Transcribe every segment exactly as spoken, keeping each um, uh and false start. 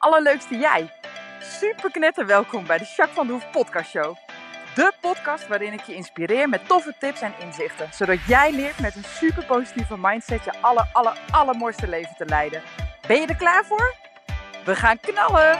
allerleukste jij. Super knetter welkom bij de Jacques van de Hoef podcast show. De podcast waarin ik je inspireer met toffe tips en inzichten. Zodat jij leert met een super positieve mindset je aller, aller, allermooiste leven te leiden. Ben je er klaar voor? We gaan knallen!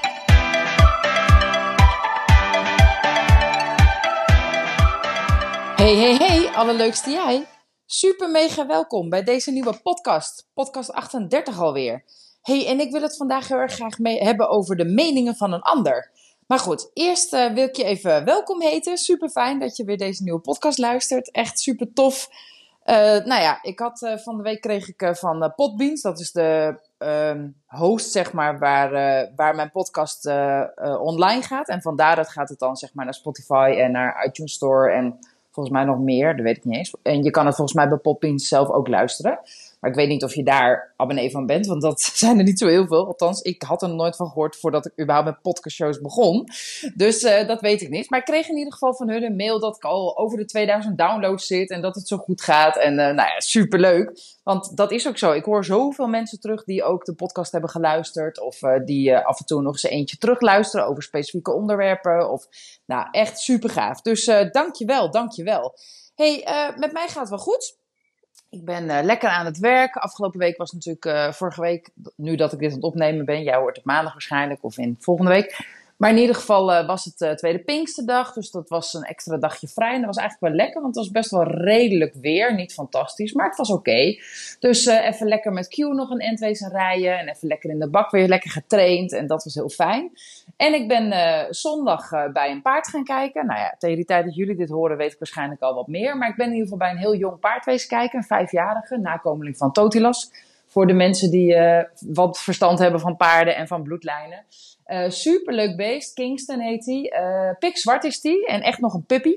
Hey, hey, hey, allerleukste jij. Super mega welkom bij deze nieuwe podcast. Podcast achtendertig alweer. Hey, en ik wil het vandaag heel erg graag mee hebben over de meningen van een ander. Maar goed, eerst uh, wil ik je even welkom heten. Super fijn dat je weer deze nieuwe podcast luistert. Echt super tof. Uh, nou ja, ik had uh, van de week kreeg ik uh, van uh, Podbeans, dat is de uh, host zeg maar waar, uh, waar mijn podcast uh, uh, online gaat. En van daaruit gaat het dan zeg maar naar Spotify en naar iTunes Store en volgens mij nog meer, dat weet ik niet eens. En je kan het volgens mij bij Podbeans zelf ook luisteren. Maar ik weet niet of je daar abonnee van bent, want dat zijn er niet zo heel veel. Althans, ik had er nog nooit van gehoord voordat ik überhaupt met podcastshows begon. Dus uh, dat weet ik niet. Maar ik kreeg in ieder geval van hun een mail dat ik al over de tweeduizend downloads zit en dat het zo goed gaat. En uh, nou ja, superleuk. Want dat is ook zo. Ik hoor zoveel mensen terug die ook de podcast hebben geluisterd. Of uh, die uh, af en toe nog eens eentje terugluisteren over specifieke onderwerpen. Of, nou, echt super gaaf. Dus uh, dankjewel, dankjewel. Hey, uh, met mij gaat het wel goed. Ik ben uh, lekker aan het werk. Afgelopen week was natuurlijk, uh, vorige week, nu dat ik dit aan het opnemen ben. Jij hoort het maandag waarschijnlijk of in volgende week. Maar in ieder geval uh, was het uh, tweede Pinksterdag. Dus dat was een extra dagje vrij. En dat was eigenlijk wel lekker, want het was best wel redelijk weer. Niet fantastisch, maar het was oké. Okay. Dus uh, even lekker met Q nog een end wezen rijden. En even lekker in de bak weer lekker getraind. En dat was heel fijn. En ik ben uh, zondag uh, bij een paard gaan kijken. Nou ja, tegen die tijd dat jullie dit horen weet ik waarschijnlijk al wat meer. Maar ik ben in ieder geval bij een heel jong paard wezen kijken. Een vijfjarige, nakomeling van Totilas. Voor de mensen die uh, wat verstand hebben van paarden en van bloedlijnen. Uh, superleuk beest, Kingston heet hij. Uh, pikzwart is die en echt nog een puppy.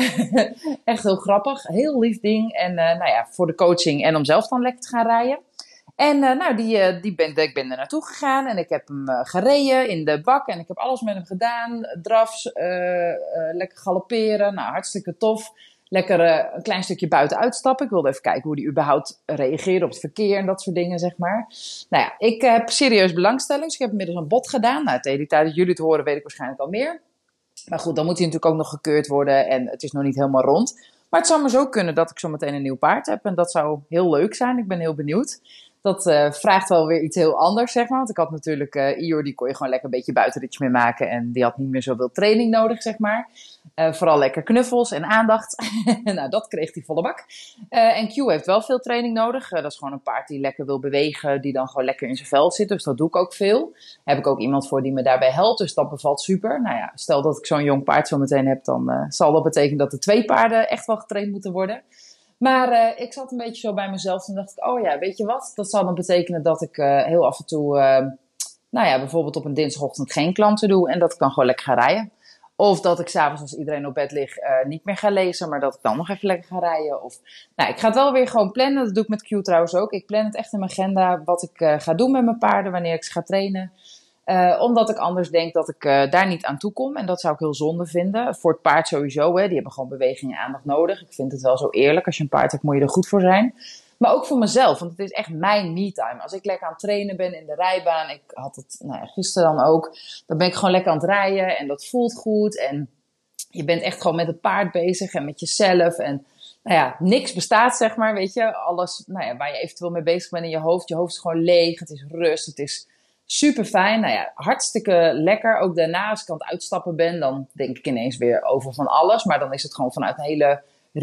Echt heel grappig, heel lief ding. En uh, nou ja, voor de coaching en om zelf dan lekker te gaan rijden. En uh, nou, die, uh, die ben, ik ben er naartoe gegaan en ik heb hem uh, gereden in de bak. En ik heb alles met hem gedaan. Drafs, uh, uh, lekker galopperen, nou hartstikke tof. Lekker uh, een klein stukje buiten uitstappen. Ik wilde even kijken hoe die überhaupt reageerde op het verkeer en dat soort dingen, zeg maar. Nou ja, ik heb serieus belangstelling. Dus ik heb inmiddels een bod gedaan. Nou, tegen die tijd dat jullie het horen weet ik waarschijnlijk al meer. Maar goed, dan moet hij natuurlijk ook nog gekeurd worden. En het is nog niet helemaal rond. Maar het zou maar zo kunnen dat ik zo meteen een nieuw paard heb. En dat zou heel leuk zijn. Ik ben heel benieuwd. Dat uh, vraagt wel weer iets heel anders, zeg maar. Want ik had natuurlijk uh, Ior, die kon je gewoon lekker een beetje buitenritjes mee maken. En die had niet meer zoveel training nodig, zeg maar. Uh, vooral lekker knuffels en aandacht. Nou, dat kreeg hij volle bak. Uh, en Q heeft wel veel training nodig. Uh, dat is gewoon een paard die lekker wil bewegen. Die dan gewoon lekker in zijn vel zit. Dus dat doe ik ook veel. Daar heb ik ook iemand voor die me daarbij helpt. Dus dat bevalt super. Nou ja, stel dat ik zo'n jong paard zo meteen heb. Dan uh, zal dat betekenen dat de twee paarden echt wel getraind moeten worden. Maar uh, ik zat een beetje zo bij mezelf en dacht ik, oh ja, weet je wat? Dat zal dan betekenen dat ik uh, heel af en toe, uh, nou ja, bijvoorbeeld op een dinsdagochtend geen klanten doe. En dat ik dan gewoon lekker ga rijden. Of dat ik s'avonds als iedereen op bed ligt uh, niet meer ga lezen, maar dat ik dan nog even lekker ga rijden. Of, nou, ik ga het wel weer gewoon plannen. Dat doe ik met Q trouwens ook. Ik plan het echt in mijn agenda wat ik uh, ga doen met mijn paarden, wanneer ik ze ga trainen. Uh, omdat ik anders denk dat ik uh, daar niet aan toe kom. En dat zou ik heel zonde vinden. Voor het paard sowieso. Hè. Die hebben gewoon beweging en aandacht nodig. Ik vind het wel zo eerlijk. Als je een paard hebt, moet je er goed voor zijn. Maar ook voor mezelf. Want het is echt mijn me-time. Als ik lekker aan het trainen ben in de rijbaan. Ik had het nou ja, gisteren dan ook. Dan ben ik gewoon lekker aan het rijden. En dat voelt goed. En je bent echt gewoon met het paard bezig. En met jezelf. En nou ja, niks bestaat zeg maar. Weet je. Alles nou ja, waar je eventueel mee bezig bent in je hoofd. Je hoofd is gewoon leeg. Het is rust. Het is super fijn, nou ja, hartstikke lekker. Ook daarna, als ik aan het uitstappen ben, dan denk ik ineens weer over van alles. Maar dan is het gewoon vanuit een hele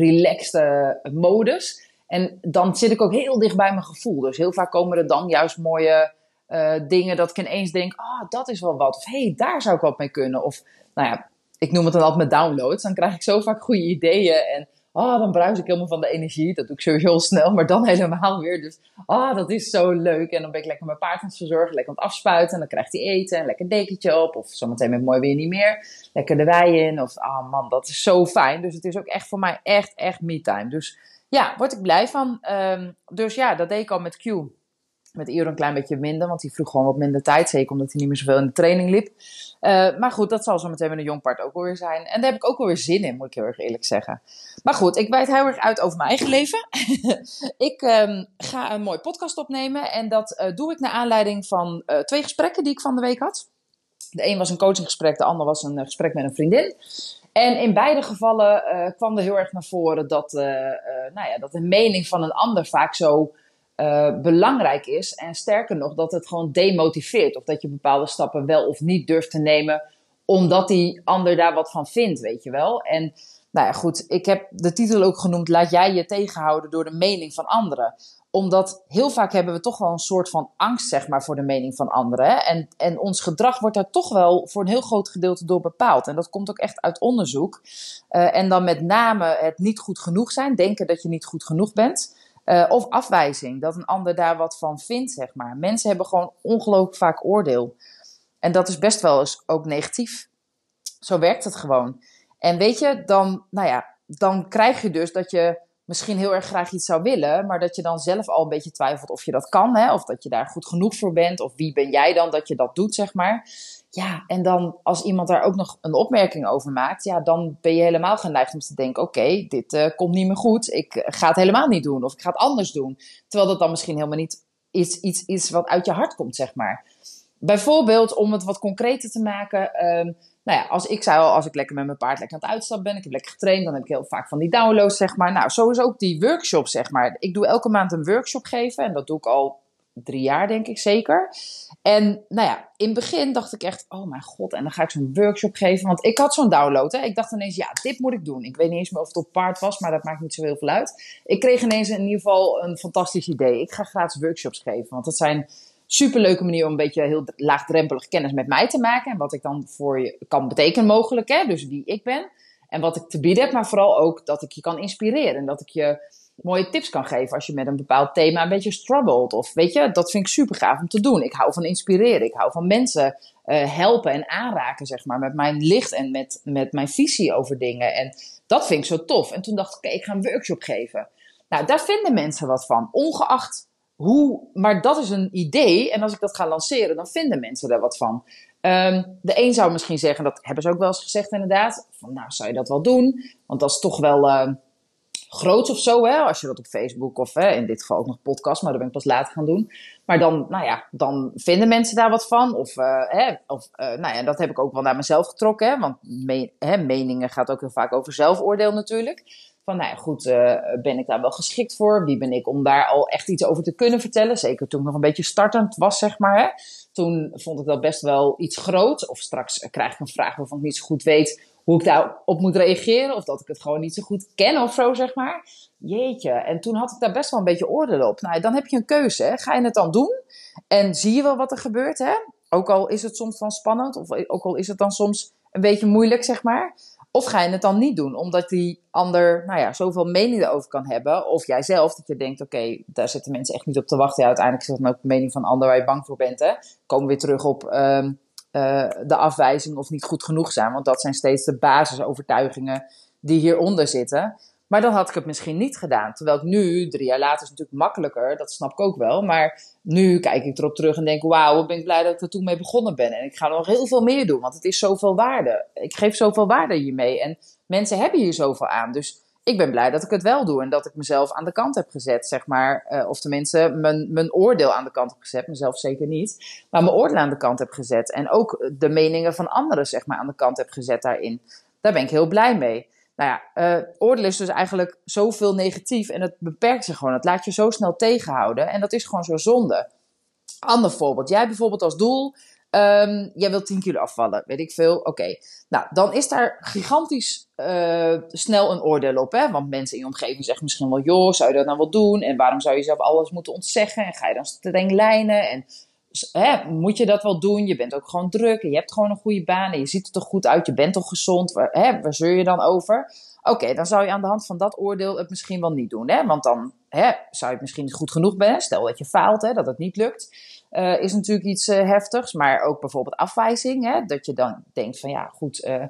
relaxte modus. En dan zit ik ook heel dicht bij mijn gevoel. Dus heel vaak komen er dan juist mooie uh, dingen dat ik ineens denk, ah, oh, dat is wel wat. Of hé, hey, daar zou ik wat mee kunnen. Of, nou ja, ik noem het dan altijd met downloads. Dan krijg ik zo vaak goede ideeën en oh, dan bruis ik helemaal van de energie. Dat doe ik sowieso snel, maar dan helemaal weer. Dus oh, dat is zo leuk. En dan ben ik lekker mijn paard aan het verzorgen, lekker aan het afspuiten. En dan krijgt hij eten en lekker een dekentje op. Of zometeen met mooi weer niet meer. Lekker de wei in. Of ah oh man, dat is zo fijn. Dus het is ook echt voor mij echt, echt me-time. Dus ja, word ik blij van. Um, dus ja, dat deed ik al met Q. Met Ior een klein beetje minder, want die vroeg gewoon wat minder tijd. Zeker omdat hij niet meer zoveel in de training liep. Uh, maar goed, dat zal zo meteen met een jong paard ook alweer zijn. En daar heb ik ook alweer zin in, moet ik heel erg eerlijk zeggen. Maar goed, ik wijd heel erg uit over mijn eigen leven. ik um, ga een mooi podcast opnemen. En dat uh, doe ik naar aanleiding van uh, twee gesprekken die ik van de week had. De een was een coachinggesprek, de ander was een uh, gesprek met een vriendin. En in beide gevallen uh, kwam er heel erg naar voren dat, uh, uh, nou ja, dat de mening van een ander vaak zo uh, belangrijk is. En sterker nog, dat het gewoon demotiveert. Of dat je bepaalde stappen wel of niet durft te nemen, omdat die ander daar wat van vindt, weet je wel. En nou ja, goed, ik heb de titel ook genoemd, laat jij je tegenhouden door de mening van anderen. Omdat heel vaak hebben we toch wel een soort van angst, zeg maar, voor de mening van anderen. Hè? En, en ons gedrag wordt daar toch wel voor een heel groot gedeelte door bepaald. En dat komt ook echt uit onderzoek. Uh, en dan met name het niet goed genoeg zijn, denken dat je niet goed genoeg bent. Uh, of afwijzing, dat een ander daar wat van vindt, zeg maar. Mensen hebben gewoon ongelooflijk vaak oordeel. En dat is best wel eens ook negatief. Zo werkt het gewoon. En weet je, dan, nou ja, dan krijg je dus dat je misschien heel erg graag iets zou willen, maar dat je dan zelf al een beetje twijfelt of je dat kan, hè? Of dat je daar goed genoeg voor bent, of wie ben jij dan dat je dat doet, zeg maar. Ja, en dan als iemand daar ook nog een opmerking over maakt, ja, dan ben je helemaal geneigd om te denken, oké, okay, dit uh, komt niet meer goed, ik uh, ga het helemaal niet doen, of ik ga het anders doen. Terwijl dat dan misschien helemaal niet iets, iets is wat uit je hart komt, zeg maar. Bijvoorbeeld, om het wat concreter te maken, um, nou ja, als ik zei al, als ik lekker met mijn paard lekker aan het uitstappen ben, ik heb lekker getraind, dan heb ik heel vaak van die downloads, zeg maar. Nou, zo is ook die workshop, zeg maar. Ik doe elke maand een workshop geven en dat doe ik al drie jaar, denk ik zeker. En nou ja, in het begin dacht ik echt, oh mijn god, en dan ga ik zo'n workshop geven. Want ik had zo'n download, hè. Ik dacht ineens, ja, dit moet ik doen. Ik weet niet eens meer of het op paard was, maar dat maakt niet zo heel veel uit. Ik kreeg ineens in ieder geval een fantastisch idee. Ik ga gratis workshops geven, want dat zijn superleuke manier om een beetje heel laagdrempelig kennis met mij te maken. En wat ik dan voor je kan betekenen mogelijk, hè? Dus wie ik ben. En wat ik te bieden heb, maar vooral ook dat ik je kan inspireren. En dat ik je mooie tips kan geven als je met een bepaald thema een beetje struggelt. Of weet je, dat vind ik super gaaf om te doen. Ik hou van inspireren. Ik hou van mensen uh, helpen en aanraken, zeg maar. Met mijn licht en met, met mijn visie over dingen. En dat vind ik zo tof. En toen dacht ik, oké, okay, ik ga een workshop geven. Nou, daar vinden mensen wat van. Ongeacht hoe, maar dat is een idee. En als ik dat ga lanceren, dan vinden mensen daar wat van. Um, de een zou misschien zeggen, dat hebben ze ook wel eens gezegd inderdaad. Van nou, zou je dat wel doen? Want dat is toch wel uh, groots of zo, hè? Als je dat op Facebook of uh, in dit geval ook nog podcast, maar dat ben ik pas later gaan doen. Maar dan, nou ja, dan vinden mensen daar wat van. Of, uh, hè, of uh, nou ja, dat heb ik ook wel naar mezelf getrokken. Hè? Want me- hè, meningen gaat ook heel vaak over zelfoordeel natuurlijk. Van, nou ja, goed, uh, ben ik daar wel geschikt voor? Wie ben ik om daar al echt iets over te kunnen vertellen? Zeker toen ik nog een beetje startend was, zeg maar. Hè? Toen vond ik dat best wel iets groots. Of straks krijg ik een vraag waarvan ik niet zo goed weet hoe ik daarop moet reageren. Of dat ik het gewoon niet zo goed ken of zo, zeg maar. Jeetje. En toen had ik daar best wel een beetje oordeel op. Nou, dan heb je een keuze. Hè? Ga je het dan doen? En zie je wel wat er gebeurt, hè? Ook al is het soms dan spannend. Of ook al is het dan soms een beetje moeilijk, zeg maar. Of ga je het dan niet doen, omdat die ander, nou ja, zoveel mening erover kan hebben. Of jij zelf, dat je denkt, oké, okay, daar zitten mensen echt niet op te wachten. Ja, uiteindelijk is dat dan ook de mening van een ander waar je bang voor bent. Hè? Komen we weer terug op um, uh, de afwijzing of niet goed genoeg zijn. Want dat zijn steeds de basisovertuigingen die hieronder zitten. Maar dan had ik het misschien niet gedaan. Terwijl ik nu, drie jaar later, is het natuurlijk makkelijker. Dat snap ik ook wel. Maar nu kijk ik erop terug en denk, wauw, wat ben ik blij dat ik er toen mee begonnen ben. En ik ga nog heel veel meer doen, want het is zoveel waarde. Ik geef zoveel waarde hiermee. En mensen hebben hier zoveel aan. Dus ik ben blij dat ik het wel doe. En dat ik mezelf aan de kant heb gezet, zeg maar. Uh, of tenminste, mijn, mijn oordeel aan de kant heb gezet. Mezelf zeker niet. Maar mijn oordeel aan de kant heb gezet. En ook de meningen van anderen, zeg maar, aan de kant heb gezet daarin. Daar ben ik heel blij mee. Nou ja, uh, oordeel is dus eigenlijk zoveel negatief en het beperkt zich gewoon. Het laat je zo snel tegenhouden en dat is gewoon zo zonde. Ander voorbeeld. Jij bijvoorbeeld als doel, um, jij wilt tien kilo afvallen, weet ik veel. Oké, okay. Nou, dan is daar gigantisch uh, snel een oordeel op. Hè? Want mensen in je omgeving zeggen misschien wel, joh, zou je dat nou wel doen? En waarom zou je zelf alles moeten ontzeggen? En ga je dan streng lijnen? En hè, moet je dat wel doen? Je bent ook gewoon druk en je hebt gewoon een goede baan en je ziet er toch goed uit, je bent toch gezond? Waar, hè, waar zeur je dan over? Oké, okay, dan zou je aan de hand van dat oordeel het misschien wel niet doen. Hè? Want dan hè, zou je het misschien niet goed genoeg zijn. Stel dat je faalt, hè, dat het niet lukt. Uh, is natuurlijk iets uh, heftigs. Maar ook bijvoorbeeld afwijzing. Hè? Dat je dan denkt van ja, goed, uh,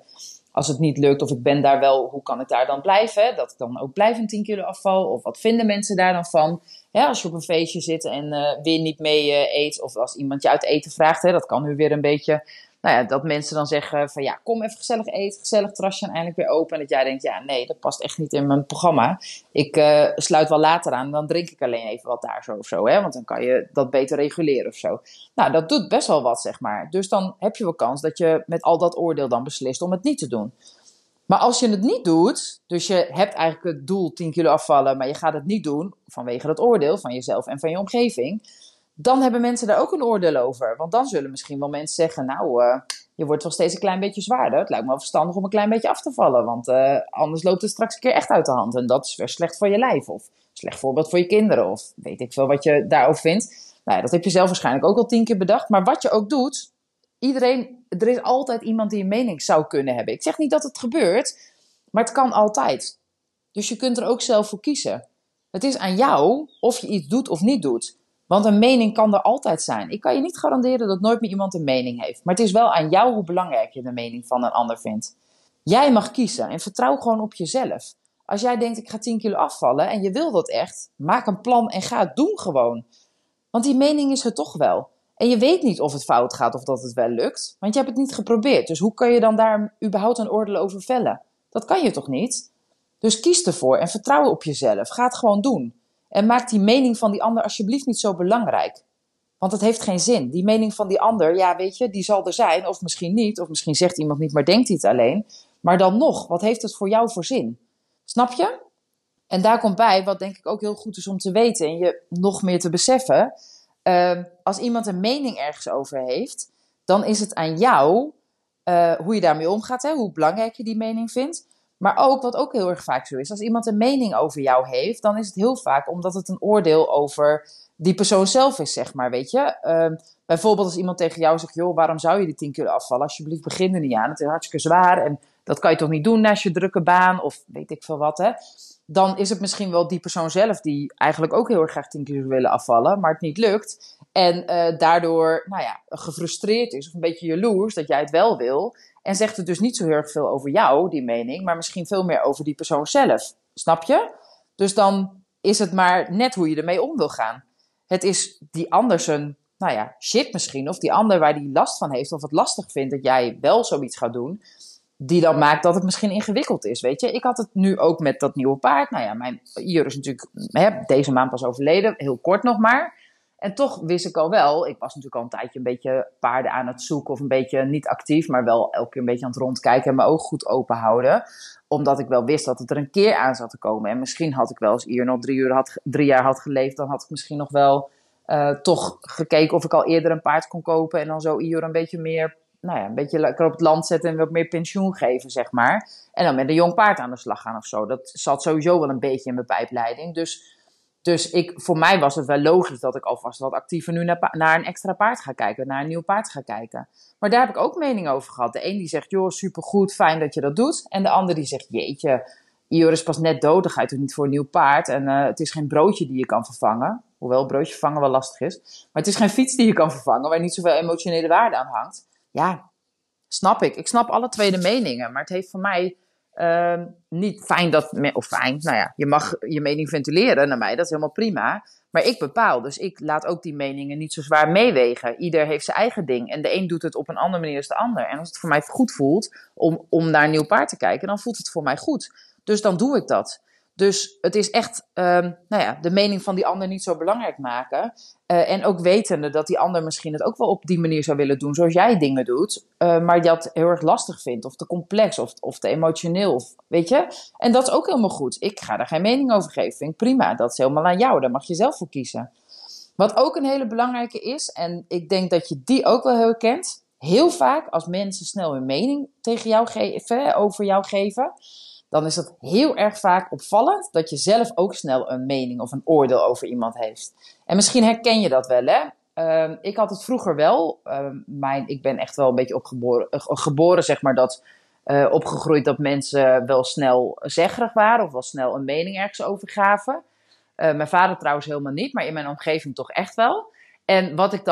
Als het niet lukt of ik ben daar wel, hoe kan ik daar dan blijven? Hè? Dat ik dan ook blijf een tien kilo afval. Of wat vinden mensen daar dan van? Hè, als je op een feestje zit en uh, weer niet mee uh, eet. Of als iemand je uit eten vraagt. Hè, dat kan nu weer een beetje. Nou ja, dat mensen dan zeggen van ja, kom even gezellig eten. Gezellig terrasje en eindelijk weer open. En dat jij denkt, ja nee, dat past echt niet in mijn programma. Ik uh, sluit wel later aan. Dan drink ik alleen even wat daar zo of zo. Hè? Want dan kan je dat beter reguleren of zo. Nou, dat doet best wel wat, zeg maar. Dus dan heb je wel kans dat je met al dat oordeel dan beslist om het niet te doen. Maar als je het niet doet, dus je hebt eigenlijk het doel tien kilo afvallen, maar je gaat het niet doen vanwege dat oordeel van jezelf en van je omgeving, dan hebben mensen daar ook een oordeel over. Want dan zullen misschien wel mensen zeggen, nou, uh, je wordt wel steeds een klein beetje zwaarder. Het lijkt me wel verstandig om een klein beetje af te vallen, want uh, anders loopt het straks een keer echt uit de hand. En dat is weer slecht voor je lijf of slecht voorbeeld voor je kinderen of weet ik veel wat je daarover vindt. Nou ja, dat heb je zelf waarschijnlijk ook al tien keer bedacht. Maar wat je ook doet, iedereen, er is altijd iemand die een mening zou kunnen hebben. Ik zeg niet dat het gebeurt, maar het kan altijd. Dus je kunt er ook zelf voor kiezen. Het is aan jou of je iets doet of niet doet. Want een mening kan er altijd zijn. Ik kan je niet garanderen dat nooit meer iemand een mening heeft. Maar het is wel aan jou hoe belangrijk je de mening van een ander vindt. Jij mag kiezen en vertrouw gewoon op jezelf. Als jij denkt ik ga tien kilo afvallen en je wil dat echt, maak een plan en ga het doen gewoon. Want die mening is er toch wel. En je weet niet of het fout gaat of dat het wel lukt. Want je hebt het niet geprobeerd. Dus hoe kun je dan daar überhaupt een oordeel over vellen? Dat kan je toch niet? Dus kies ervoor en vertrouw op jezelf. Ga het gewoon doen. En maak die mening van die ander alsjeblieft niet zo belangrijk. Want het heeft geen zin. Die mening van die ander, ja weet je, die zal er zijn. Of misschien niet. Of misschien zegt iemand niet, maar denkt hij het alleen. Maar dan nog, wat heeft het voor jou voor zin? Snap je? En daar komt bij, wat denk ik ook heel goed is om te weten en je nog meer te beseffen. Uh, als iemand een mening ergens over heeft, dan is het aan jou uh, hoe je daarmee omgaat, hè, hoe belangrijk je die mening vindt. Maar ook, wat ook heel erg vaak zo is, als iemand een mening over jou heeft, dan is het heel vaak omdat het een oordeel over die persoon zelf is, zeg maar, weet je. Uh, bijvoorbeeld als iemand tegen jou zegt, joh, waarom zou je die tien kilo afvallen? Alsjeblieft, begin er niet aan, het is hartstikke zwaar en dat kan je toch niet doen naast je drukke baan of weet ik veel wat, hè. Dan is het misschien wel die persoon zelf die eigenlijk ook heel erg graag tien kilo willen afvallen, maar het niet lukt. En uh, daardoor, nou ja, gefrustreerd is of een beetje jaloers dat jij het wel wil. En zegt het dus niet zo heel erg veel over jou, die mening, maar misschien veel meer over die persoon zelf. Snap je? Dus dan is het maar net hoe je ermee om wil gaan. Het is die ander zijn, nou ja, shit misschien. Of die ander waar die last van heeft of het lastig vindt dat jij wel zoiets gaat doen. Die dan maakt dat het misschien ingewikkeld is, weet je. Ik had het nu ook met dat nieuwe paard. Nou ja, mijn Iur is natuurlijk hè, deze maand pas overleden. Heel kort nog maar. En toch wist ik al wel, ik was natuurlijk al een tijdje een beetje paarden aan het zoeken. Of een beetje niet actief, maar wel elke keer een beetje aan het rondkijken. En mijn ogen goed open houden. Omdat ik wel wist dat het er een keer aan zat te komen. En misschien had ik wel, als Iur nog drie, uur had, drie jaar had geleefd, dan had ik misschien nog wel uh, toch gekeken of ik al eerder een paard kon kopen. En dan zo Iur een beetje meer... nou ja, een beetje lekker op het land zetten en wat meer pensioen geven, zeg maar. En dan met een jong paard aan de slag gaan of zo. Dat zat sowieso wel een beetje in mijn pijpleiding. Dus, dus ik, voor mij was het wel logisch dat ik alvast wat actiever nu naar, naar een extra paard ga kijken. Naar een nieuw paard ga kijken. Maar daar heb ik ook mening over gehad. De een die zegt, joh, supergoed, fijn dat je dat doet. En de ander die zegt, jeetje, Ior is pas net dood, dan ga je toch niet voor een nieuw paard. En uh, het is geen broodje die je kan vervangen. Hoewel broodje vervangen wel lastig is. Maar het is geen fiets die je kan vervangen, waar niet zoveel emotionele waarde aan hangt. Ja, snap ik. Ik snap alle twee de meningen. Maar het heeft voor mij uh, niet fijn dat... Me- of fijn, nou ja, je mag je mening ventileren naar mij. Dat is helemaal prima. Maar ik bepaal. Dus ik laat ook die meningen niet zo zwaar meewegen. Ieder heeft zijn eigen ding. En de een doet het op een andere manier dan de ander. En als het voor mij goed voelt om, om naar een nieuw paard te kijken, dan voelt het voor mij goed. Dus dan doe ik dat. Dus het is echt um, nou ja, de mening van die ander niet zo belangrijk maken. Uh, en ook wetende dat die ander misschien het ook wel op die manier zou willen doen, zoals jij dingen doet. Uh, maar dat heel erg lastig vindt, of te complex, of, of te emotioneel, of, weet je. En dat is ook helemaal goed. Ik ga daar geen mening over geven, vind ik prima. Dat is helemaal aan jou, daar mag je zelf voor kiezen. Wat ook een hele belangrijke is, en ik denk dat je die ook wel heel kent. Heel vaak als mensen snel hun mening tegen jou geven, over jou geven, dan is het heel erg vaak opvallend dat je zelf ook snel een mening of een oordeel over iemand heeft. En misschien herken je dat wel, hè? Uh, ik had het vroeger wel. Uh, mijn, ik ben echt wel een beetje opgeboren, uh, geboren, zeg maar, dat, uh, opgegroeid dat mensen wel snel zeggerig waren of wel snel een mening ergens over gaven. Uh, mijn vader trouwens helemaal niet, maar in mijn omgeving toch echt wel. En wat ik dan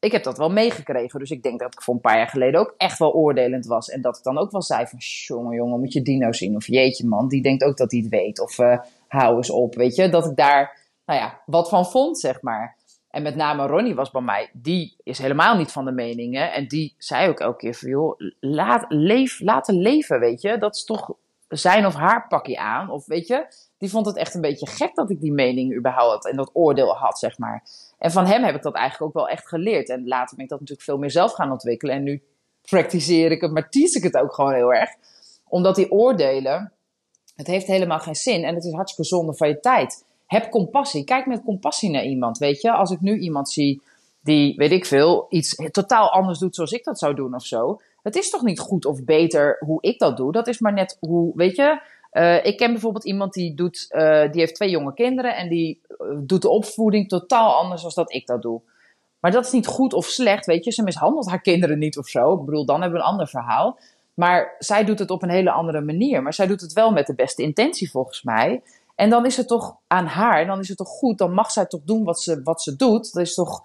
ik heb dat wel meegekregen. Dus ik denk dat ik voor een paar jaar geleden ook echt wel oordelend was. En dat ik dan ook wel zei van, jongen, jongen, moet je Dino zien? Of jeetje man, die denkt ook dat hij het weet. Of uh, hou eens op, weet je. Dat ik daar, nou ja, wat van vond, zeg maar. En met name Ronnie was bij mij, die is helemaal niet van de mening. Hè? En die zei ook elke keer van, joh, laat, leef, laten leven, weet je. Dat is toch zijn of haar pakje aan. Of weet je, die vond het echt een beetje gek dat ik die mening überhaupt had. En dat oordeel had, zeg maar. En van hem heb ik dat eigenlijk ook wel echt geleerd. En later ben ik dat natuurlijk veel meer zelf gaan ontwikkelen. En nu praktiseer ik het, maar teach ik het ook gewoon heel erg. Omdat die oordelen, het heeft helemaal geen zin. En het is hartstikke zonde van je tijd. Heb compassie. Kijk met compassie naar iemand, weet je. Als ik nu iemand zie die, weet ik veel, iets totaal anders doet zoals ik dat zou doen of zo. Het is toch niet goed of beter hoe ik dat doe. Dat is maar net hoe, weet je. Uh, ik ken bijvoorbeeld iemand die doet, uh, die heeft twee jonge kinderen en die uh, doet de opvoeding totaal anders dan dat ik dat doe. Maar dat is niet goed of slecht, weet je. Ze mishandelt haar kinderen niet of zo. Ik bedoel, dan hebben we een ander verhaal. Maar zij doet het op een hele andere manier. Maar zij doet het wel met de beste intentie volgens mij. En dan is het toch aan haar, dan is het toch goed, dan mag zij toch doen wat ze, wat ze doet. Dat is toch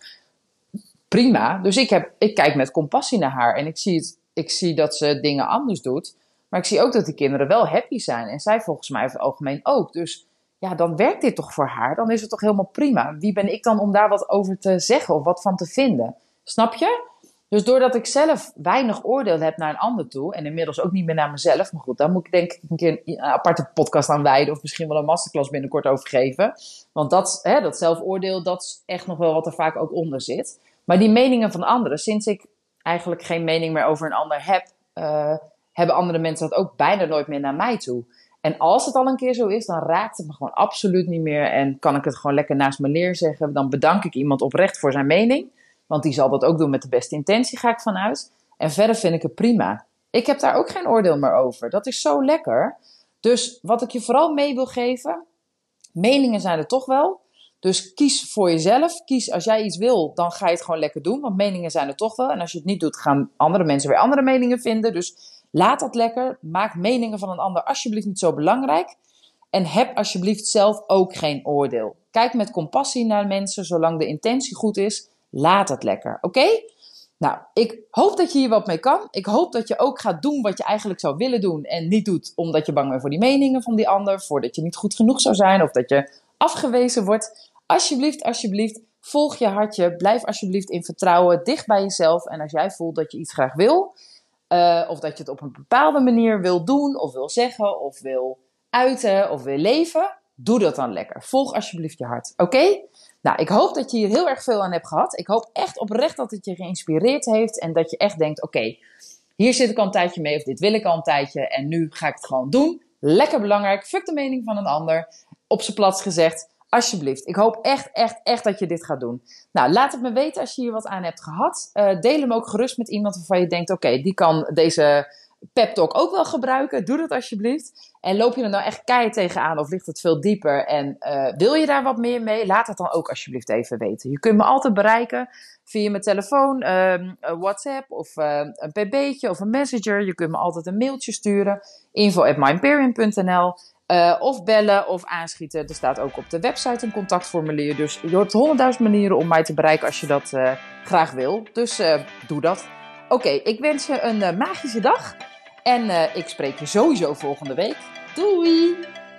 prima. Dus ik, heb, ik kijk met compassie naar haar en ik zie, het, ik zie dat ze dingen anders doet. Maar ik zie ook dat die kinderen wel happy zijn. En zij volgens mij over het algemeen ook. Dus ja, dan werkt dit toch voor haar. Dan is het toch helemaal prima. Wie ben ik dan om daar wat over te zeggen of wat van te vinden? Snap je? Dus doordat ik zelf weinig oordeel heb naar een ander toe. En inmiddels ook niet meer naar mezelf. Maar goed, daar moet ik denk ik een keer een aparte podcast aan wijden. Of misschien wel een masterclass binnenkort over geven. Want dat, hè, dat zelfoordeel, dat is echt nog wel wat er vaak ook onder zit. Maar die meningen van anderen, sinds ik eigenlijk geen mening meer over een ander heb, Uh, hebben andere mensen dat ook bijna nooit meer naar mij toe. En als het al een keer zo is, dan raakt het me gewoon absoluut niet meer. En kan ik het gewoon lekker naast me neerleggen. Dan bedank ik iemand oprecht voor zijn mening. Want die zal dat ook doen met de beste intentie, ga ik vanuit. En verder vind ik het prima. Ik heb daar ook geen oordeel meer over. Dat is zo lekker. Dus wat ik je vooral mee wil geven, meningen zijn er toch wel. Dus kies voor jezelf. Kies als jij iets wil, dan ga je het gewoon lekker doen. Want meningen zijn er toch wel. En als je het niet doet, gaan andere mensen weer andere meningen vinden. Dus laat dat lekker. Maak meningen van een ander alsjeblieft niet zo belangrijk. En heb alsjeblieft zelf ook geen oordeel. Kijk met compassie naar mensen, zolang de intentie goed is. Laat het lekker, oké? Okay? Nou, ik hoop dat je hier wat mee kan. Ik hoop dat je ook gaat doen wat je eigenlijk zou willen doen. En niet doet omdat je bang bent voor die meningen van die ander. Voordat je niet goed genoeg zou zijn. Of dat je afgewezen wordt. Alsjeblieft, alsjeblieft, volg je hartje. Blijf alsjeblieft in vertrouwen, dicht bij jezelf. En als jij voelt dat je iets graag wil, Uh, of dat je het op een bepaalde manier wil doen, of wil zeggen, of wil uiten, of wil leven, doe dat dan lekker. Volg alsjeblieft je hart, oké? Okay? Nou, ik hoop dat je hier heel erg veel aan hebt gehad. Ik hoop echt oprecht dat het je geïnspireerd heeft en dat je echt denkt, oké, okay, hier zit ik al een tijdje mee, of dit wil ik al een tijdje en nu ga ik het gewoon doen. Lekker belangrijk, fuck de mening van een ander, op z'n plats gezegd. Alsjeblieft. Ik hoop echt, echt, echt dat je dit gaat doen. Nou, laat het me weten als je hier wat aan hebt gehad. Uh, deel hem ook gerust met iemand waarvan je denkt, oké, okay, die kan deze pep talk ook wel gebruiken. Doe dat alsjeblieft. En loop je er nou echt keihard tegenaan of ligt het veel dieper en uh, wil je daar wat meer mee? Laat het dan ook alsjeblieft even weten. Je kunt me altijd bereiken via mijn telefoon, uh, WhatsApp of uh, een pb'tje of een messenger. Je kunt me altijd een mailtje sturen. info at myimperium punt n l Uh, of bellen of aanschieten. Er staat ook op de website een contactformulier. Dus je hebt honderdduizend manieren om mij te bereiken als je dat uh, graag wil. Dus uh, doe dat. Oké, okay, ik wens je een uh, magische dag. En uh, ik spreek je sowieso volgende week. Doei!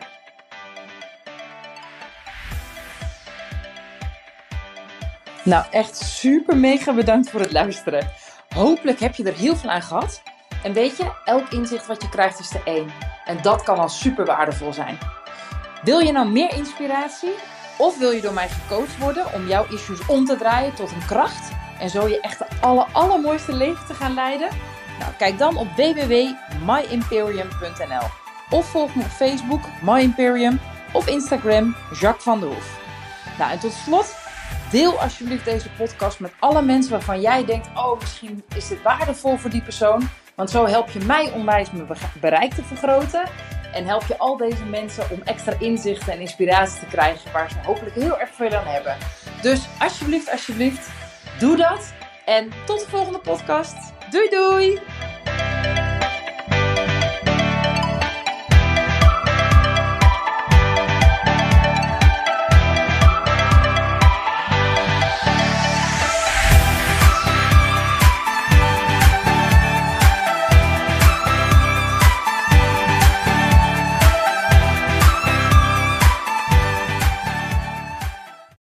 Nou, echt super mega bedankt voor het luisteren. Hopelijk heb je er heel veel aan gehad. En weet je, elk inzicht wat je krijgt is er één. En dat kan al super waardevol zijn. Wil je nou meer inspiratie? Of wil je door mij gecoacht worden om jouw issues om te draaien tot een kracht? En zo je echt de aller, allermooiste leven te gaan leiden? Nou, kijk dan op w w w punt my imperium punt n l. Of volg me op Facebook, MyImperium. Of Instagram, Jacques van der Hoef. Nou, en tot slot, deel alsjeblieft deze podcast met alle mensen waarvan jij denkt, oh, misschien is dit waardevol voor die persoon. Want zo help je mij onwijs mijn bereik te vergroten. En help je al deze mensen om extra inzichten en inspiratie te krijgen waar ze hopelijk heel erg veel aan hebben. Dus alsjeblieft, alsjeblieft, doe dat. En tot de volgende podcast. Doei doei!